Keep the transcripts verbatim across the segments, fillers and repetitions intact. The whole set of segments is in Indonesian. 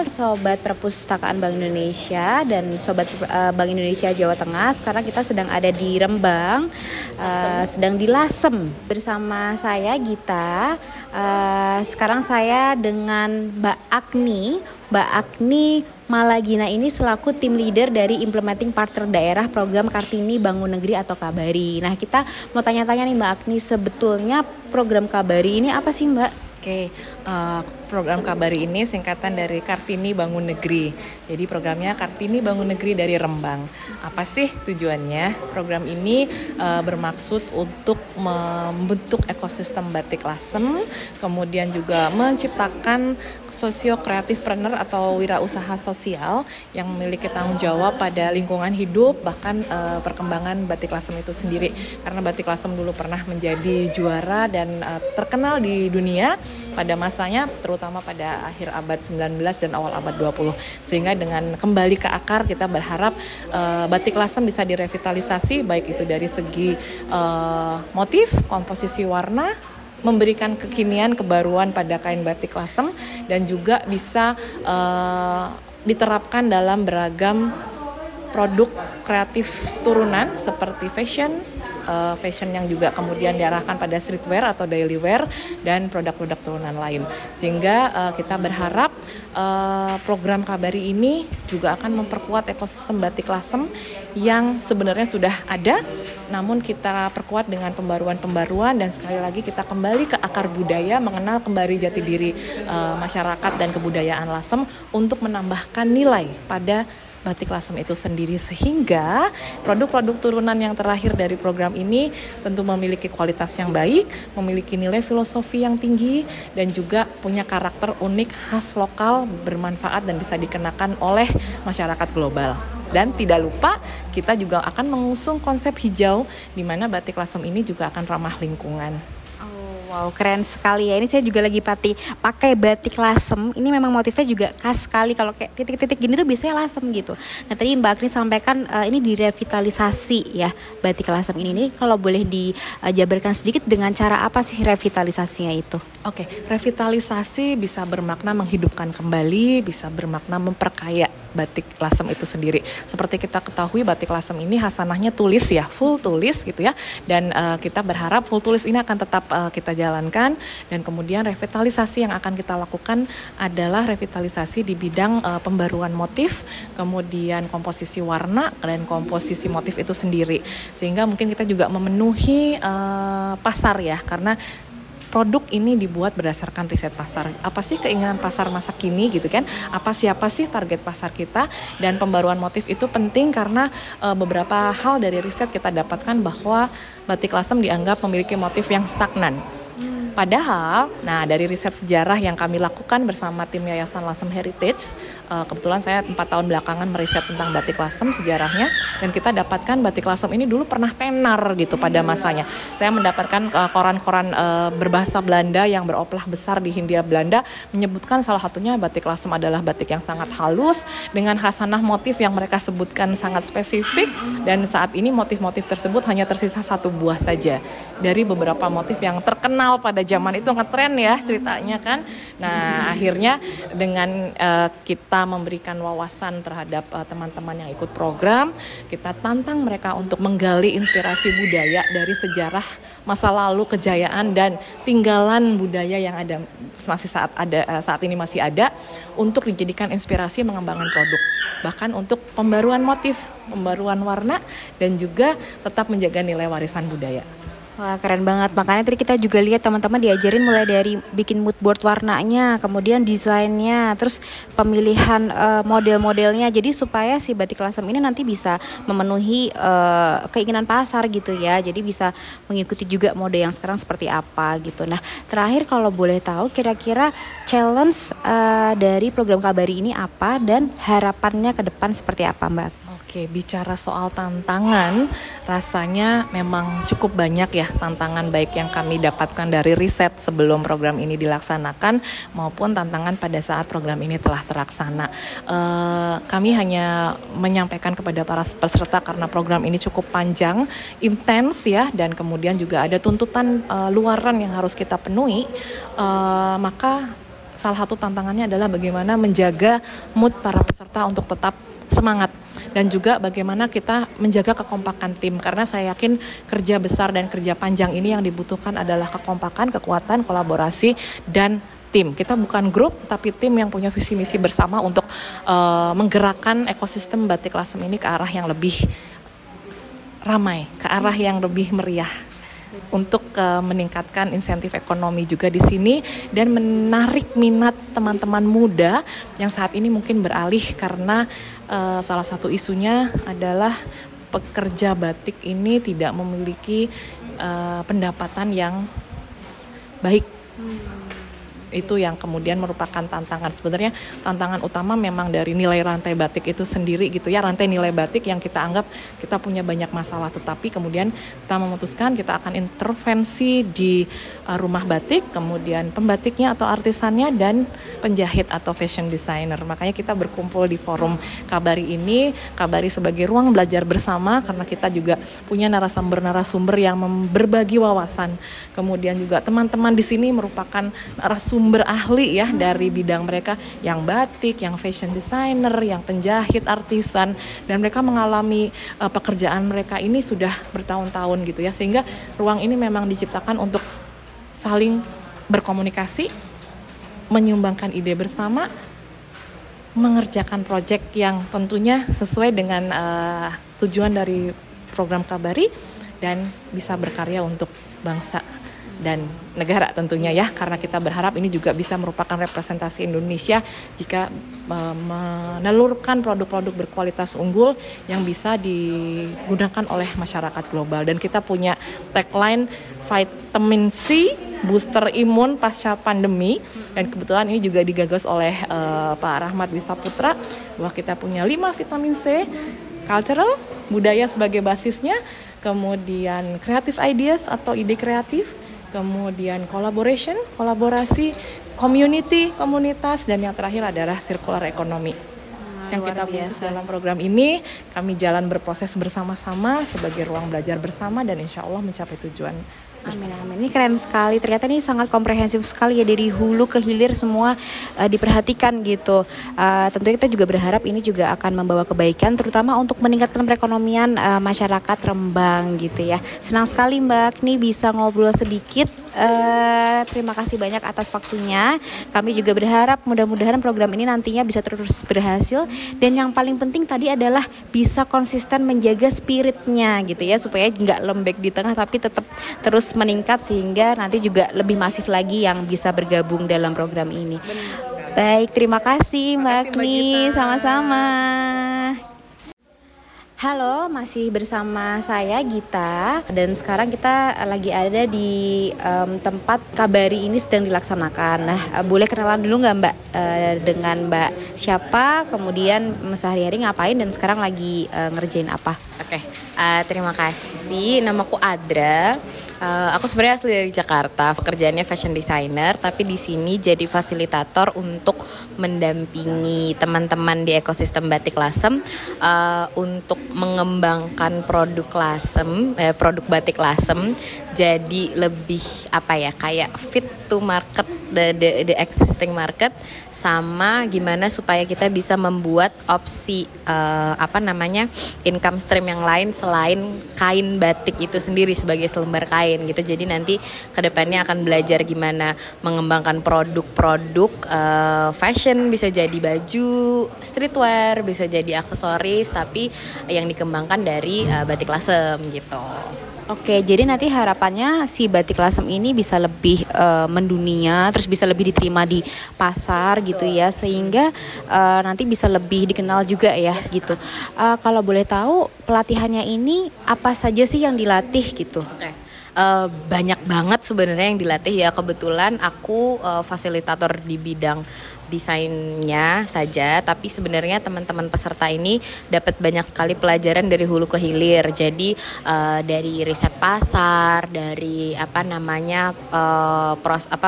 Sobat Perpustakaan Bank Indonesia dan Sobat uh, Bank Indonesia Jawa Tengah. Sekarang kita sedang ada di Rembang, uh, sedang di Lasem. Bersama saya Gita. Uh, sekarang saya dengan Mbak Agni. Mbak Agni Malagina ini selaku tim leader dari Implementing Partner Daerah Program Kartini Bangun Negeri atau Kabari. Nah, kita mau tanya-tanya nih Mbak Agni, sebetulnya program Kabari ini apa sih Mbak? Oke, uh, program Kabari ini singkatan dari Kartini Bangun Negeri. Jadi programnya Kartini Bangun Negeri dari Rembang. Apa sih tujuannya? Program ini uh, bermaksud untuk membentuk ekosistem batik Lasem, kemudian juga menciptakan sosio-kreatifpreneur atau wirausaha sosial yang memiliki tanggung jawab pada lingkungan hidup, bahkan uh, perkembangan batik Lasem itu sendiri. Karena batik Lasem dulu pernah menjadi juara dan uh, terkenal di dunia pada masanya, terutama pada akhir abad sembilan belas dan awal abad dua puluh. Sehingga dengan kembali ke akar, kita berharap uh, batik Lasem bisa direvitalisasi, baik itu dari segi uh, motif, komposisi warna, memberikan kekinian, kebaruan pada kain batik Lasem, dan juga bisa uh, diterapkan dalam beragam produk kreatif turunan seperti fashion, Uh, fashion yang juga kemudian diarahkan pada streetwear atau daily wear dan produk-produk turunan lain. Sehingga uh, kita berharap uh, program Kabari ini juga akan memperkuat ekosistem batik Lasem yang sebenarnya sudah ada, namun kita perkuat dengan pembaruan-pembaruan, dan sekali lagi kita kembali ke akar budaya, mengenal kembali jati diri uh, masyarakat dan kebudayaan Lasem untuk menambahkan nilai pada batik Lasem itu sendiri, sehingga produk-produk turunan yang terakhir dari program ini tentu memiliki kualitas yang baik, memiliki nilai filosofi yang tinggi, dan juga punya karakter unik khas lokal, bermanfaat dan bisa dikenakan oleh masyarakat global. Dan tidak lupa kita juga akan mengusung konsep hijau, di mana batik Lasem ini juga akan ramah lingkungan. Wow, keren sekali ya. Ini saya juga lagi pati pakai batik Lasem. Ini memang motifnya juga khas sekali. Kalau kayak titik-titik gini tuh biasanya Lasem gitu. Nah, tadi Mbak Agni sampaikan uh, ini direvitalisasi ya batik Lasem ini. Ini kalau boleh dijabarkan sedikit, dengan cara apa sih revitalisasinya itu? Oke, revitalisasi bisa bermakna menghidupkan kembali, bisa bermakna memperkaya batik Lasem itu sendiri. Seperti kita ketahui, batik Lasem ini hasanahnya tulis ya, full tulis gitu ya. Dan uh, kita berharap full tulis ini akan tetap uh, kita jalankan, dan kemudian revitalisasi yang akan kita lakukan adalah revitalisasi di bidang uh, pembaruan motif, kemudian komposisi warna dan komposisi motif itu sendiri. Sehingga mungkin kita juga memenuhi uh, pasar ya, karena produk ini dibuat berdasarkan riset pasar. Apa sih keinginan pasar masa kini gitu kan? Apa siapa sih target pasar kita? Dan pembaruan motif itu penting karena e, beberapa hal dari riset kita dapatkan bahwa batik Lasem dianggap memiliki motif yang stagnan. Padahal, nah dari riset sejarah yang kami lakukan bersama tim Yayasan Lasem Heritage, uh, kebetulan saya empat tahun belakangan meriset tentang batik Lasem sejarahnya, dan kita dapatkan batik Lasem ini dulu pernah tenar gitu pada masanya. Saya mendapatkan uh, koran-koran uh, berbahasa Belanda yang beroplah besar di Hindia Belanda, menyebutkan salah satunya batik Lasem adalah batik yang sangat halus, dengan khasanah motif yang mereka sebutkan sangat spesifik, dan saat ini motif-motif tersebut hanya tersisa satu buah saja dari beberapa motif yang terkenal pada zaman itu, ngetren ya ceritanya kan. Nah, akhirnya dengan uh, kita memberikan wawasan terhadap uh, teman-teman yang ikut program, kita tantang mereka untuk menggali inspirasi budaya dari sejarah masa lalu, kejayaan dan tinggalan budaya yang ada masih saat ada uh, saat ini masih ada, untuk dijadikan inspirasi mengembangkan produk, bahkan untuk pembaruan motif, pembaruan warna, dan juga tetap menjaga nilai warisan budaya. Wah, keren banget. Makanya tadi kita juga lihat teman-teman diajarin mulai dari bikin mood board warnanya, kemudian desainnya, terus pemilihan uh, model-modelnya. Jadi supaya si batik Lasem ini nanti bisa memenuhi uh, keinginan pasar gitu ya. Jadi bisa mengikuti juga mode yang sekarang seperti apa gitu. Nah, terakhir kalau boleh tahu kira-kira challenge uh, dari program Kabari ini apa, dan harapannya ke depan seperti apa, Mbak? Oke, bicara soal tantangan, rasanya memang cukup banyak ya tantangan, baik yang kami dapatkan dari riset sebelum program ini dilaksanakan maupun tantangan pada saat program ini telah terlaksana. E, kami hanya menyampaikan kepada para peserta karena program ini cukup panjang, intens ya, dan kemudian juga ada tuntutan e, luaran yang harus kita penuhi, e, maka salah satu tantangannya adalah bagaimana menjaga mood para peserta untuk tetap semangat, dan juga bagaimana kita menjaga kekompakan tim, karena saya yakin kerja besar dan kerja panjang ini yang dibutuhkan adalah kekompakan, kekuatan, kolaborasi, dan tim. Kita bukan grup, tapi tim yang punya visi misi bersama untuk uh, menggerakkan ekosistem Batik Lasem ini ke arah yang lebih ramai, ke arah yang lebih meriah, untuk uh, meningkatkan insentif ekonomi juga di sini dan menarik minat teman-teman muda yang saat ini mungkin beralih karena uh, salah satu isunya adalah pekerja batik ini tidak memiliki uh, pendapatan yang baik. Hmm. Itu yang kemudian merupakan tantangan. Sebenarnya tantangan utama memang dari nilai rantai batik itu sendiri gitu ya, rantai nilai batik yang kita anggap kita punya banyak masalah, tetapi kemudian kita memutuskan kita akan intervensi di uh, rumah batik, kemudian pembatiknya atau artisannya, dan penjahit atau fashion designer. Makanya kita berkumpul di forum Kabari ini, Kabari sebagai ruang belajar bersama, karena kita juga punya narasumber-narasumber yang berbagi wawasan. Kemudian juga teman-teman di sini merupakan narasumber sumber ahli ya dari bidang mereka, yang batik, yang fashion designer, yang penjahit, artisan, dan mereka mengalami uh, pekerjaan mereka ini sudah bertahun-tahun gitu ya, sehingga ruang ini memang diciptakan untuk saling berkomunikasi, menyumbangkan ide bersama, mengerjakan proyek yang tentunya sesuai dengan uh, tujuan dari program Kabari, dan bisa berkarya untuk bangsa dan negara tentunya ya, karena kita berharap ini juga bisa merupakan representasi Indonesia jika uh, menelurkan produk-produk berkualitas unggul yang bisa digunakan oleh masyarakat global. Dan kita punya tagline vitamin C, booster imun pasca pandemi, dan kebetulan ini juga digagas oleh uh, Pak Rahmat Wisaputra, bahwa kita punya lima vitamin C, cultural, budaya sebagai basisnya, kemudian creative ideas atau ide kreatif, kemudian collaboration, kolaborasi, community, komunitas, dan yang terakhir adalah circular economy. Nah, yang kita biasa dalam program ini, kami jalan berproses bersama-sama sebagai ruang belajar bersama, dan insya Allah mencapai tujuan. Amin, amin. Ini keren sekali. Ternyata ini sangat komprehensif sekali ya, dari hulu ke hilir semua uh, diperhatikan gitu. Uh, tentunya kita juga berharap ini juga akan membawa kebaikan, terutama untuk meningkatkan perekonomian uh, masyarakat Rembang gitu ya. Senang sekali Mbak Agni bisa ngobrol sedikit. Uh, terima kasih banyak atas waktunya. Kami juga berharap mudah-mudahan program ini nantinya bisa terus berhasil, dan yang paling penting tadi adalah bisa konsisten menjaga spiritnya gitu ya, supaya nggak lembek di tengah tapi tetap terus meningkat, sehingga nanti juga lebih masif lagi yang bisa bergabung dalam program ini. Baik, terima kasih Mbak Agni, sama-sama. Halo, masih bersama saya Gita, dan sekarang kita lagi ada di um, tempat Kabari ini sedang dilaksanakan. Nah, boleh kenalan dulu nggak Mbak uh, dengan Mbak siapa, kemudian sehari-hari ngapain, dan sekarang lagi uh, ngerjain apa? Oke, okay. uh, terima kasih. Namaku Adra. Uh, aku sebenarnya asli dari Jakarta, pekerjaannya fashion designer, tapi di sini jadi fasilitator untuk mendampingi teman-teman di ekosistem Batik Lasem uh, untuk mengembangkan produk Lasem, eh, produk Batik Lasem jadi lebih apa ya, kayak fit to market, the, the the existing market, sama gimana supaya kita bisa membuat opsi uh, apa namanya income stream yang lain selain kain batik itu sendiri sebagai selembar kain gitu. Jadi nanti kedepannya akan belajar gimana mengembangkan produk-produk uh, fashion, bisa jadi baju, streetwear, bisa jadi aksesoris, tapi yang dikembangkan dari uh, Batik Lasem gitu. Oke, jadi nanti harapannya si Batik Lasem ini bisa lebih uh, mendunia, terus bisa lebih diterima di pasar gitu ya, sehingga uh, nanti bisa lebih dikenal juga ya gitu. Uh, kalau boleh tahu pelatihannya ini apa saja sih yang dilatih gitu? Oke. Uh, banyak banget sebenarnya yang dilatih ya. Kebetulan aku uh, fasilitator di bidang desainnya saja, tapi sebenarnya teman-teman peserta ini dapat banyak sekali pelajaran dari hulu ke hilir. Jadi uh, dari riset pasar, dari apa namanya uh, pros apa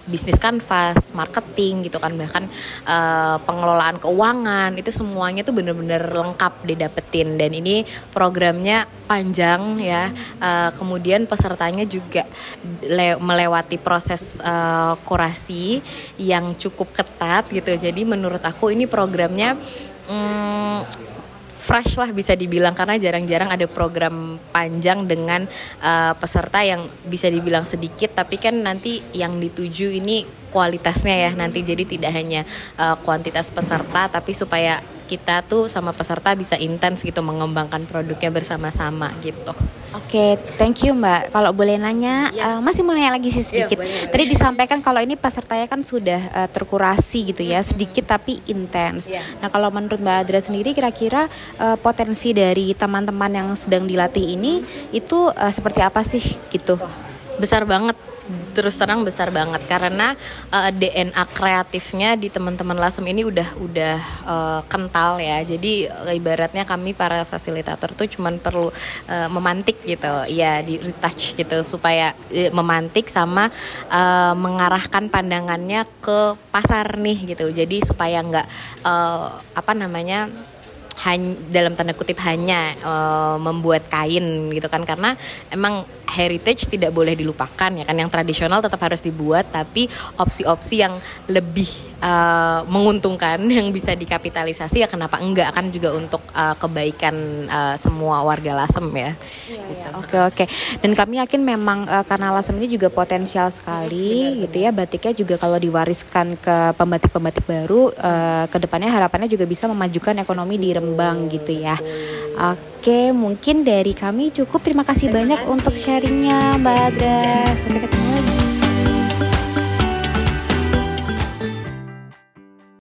bisnis kanvas, marketing gitu kan, bahkan uh, pengelolaan keuangan itu semuanya tuh bener-bener lengkap didapetin. Dan ini programnya panjang ya, uh, kemudian pesertanya juga le- melewati proses uh, kurasi yang cukup ketat gitu. Jadi menurut aku ini programnya um, fresh lah bisa dibilang, karena jarang-jarang ada program panjang dengan uh, peserta yang bisa dibilang sedikit, tapi kan nanti yang dituju ini kualitasnya ya nanti, jadi tidak hanya uh, kuantitas peserta, tapi supaya kita tuh sama peserta bisa intens gitu mengembangkan produknya bersama-sama gitu. Oke, okay, thank you Mbak. Kalau boleh nanya, ya. uh, masih mau nanya lagi sih sedikit. Ya, Tadi disampaikan kalau ini pesertanya kan sudah uh, terkurasi gitu ya, sedikit tapi intens. Ya. Nah kalau menurut Mbak Adra sendiri, kira-kira uh, potensi dari teman-teman yang sedang dilatih ini itu uh, seperti apa sih gitu? Besar banget. Terus terang besar banget, karena uh, D N A kreatifnya di teman-teman Lasem ini udah udah uh, kental ya. Jadi uh, ibaratnya kami para fasilitator tuh cuman perlu uh, memantik gitu, ya di retouch gitu supaya uh, memantik sama uh, mengarahkan pandangannya ke pasar nih gitu. Jadi supaya nggak uh, apa namanya hanya dalam tanda kutip hanya uh, membuat kain gitu kan, karena emang heritage tidak boleh dilupakan ya kan, yang tradisional tetap harus dibuat, tapi opsi-opsi yang lebih uh, menguntungkan yang bisa dikapitalisasi ya kenapa enggak, kan juga untuk uh, kebaikan uh, semua warga Lasem ya. Iya, gitu. Iya. Oke oke. Dan kami yakin memang uh, karena Lasem ini juga potensial sekali benar, gitu ya, batiknya juga kalau diwariskan ke pembatik-pembatik baru uh, ke depannya harapannya juga bisa memajukan ekonomi di Rembang gitu ya. Oke, mungkin dari kami cukup. Terima kasih Terima banyak kasih. untuk sharingnya Mbak Adra. Sampai ketemu.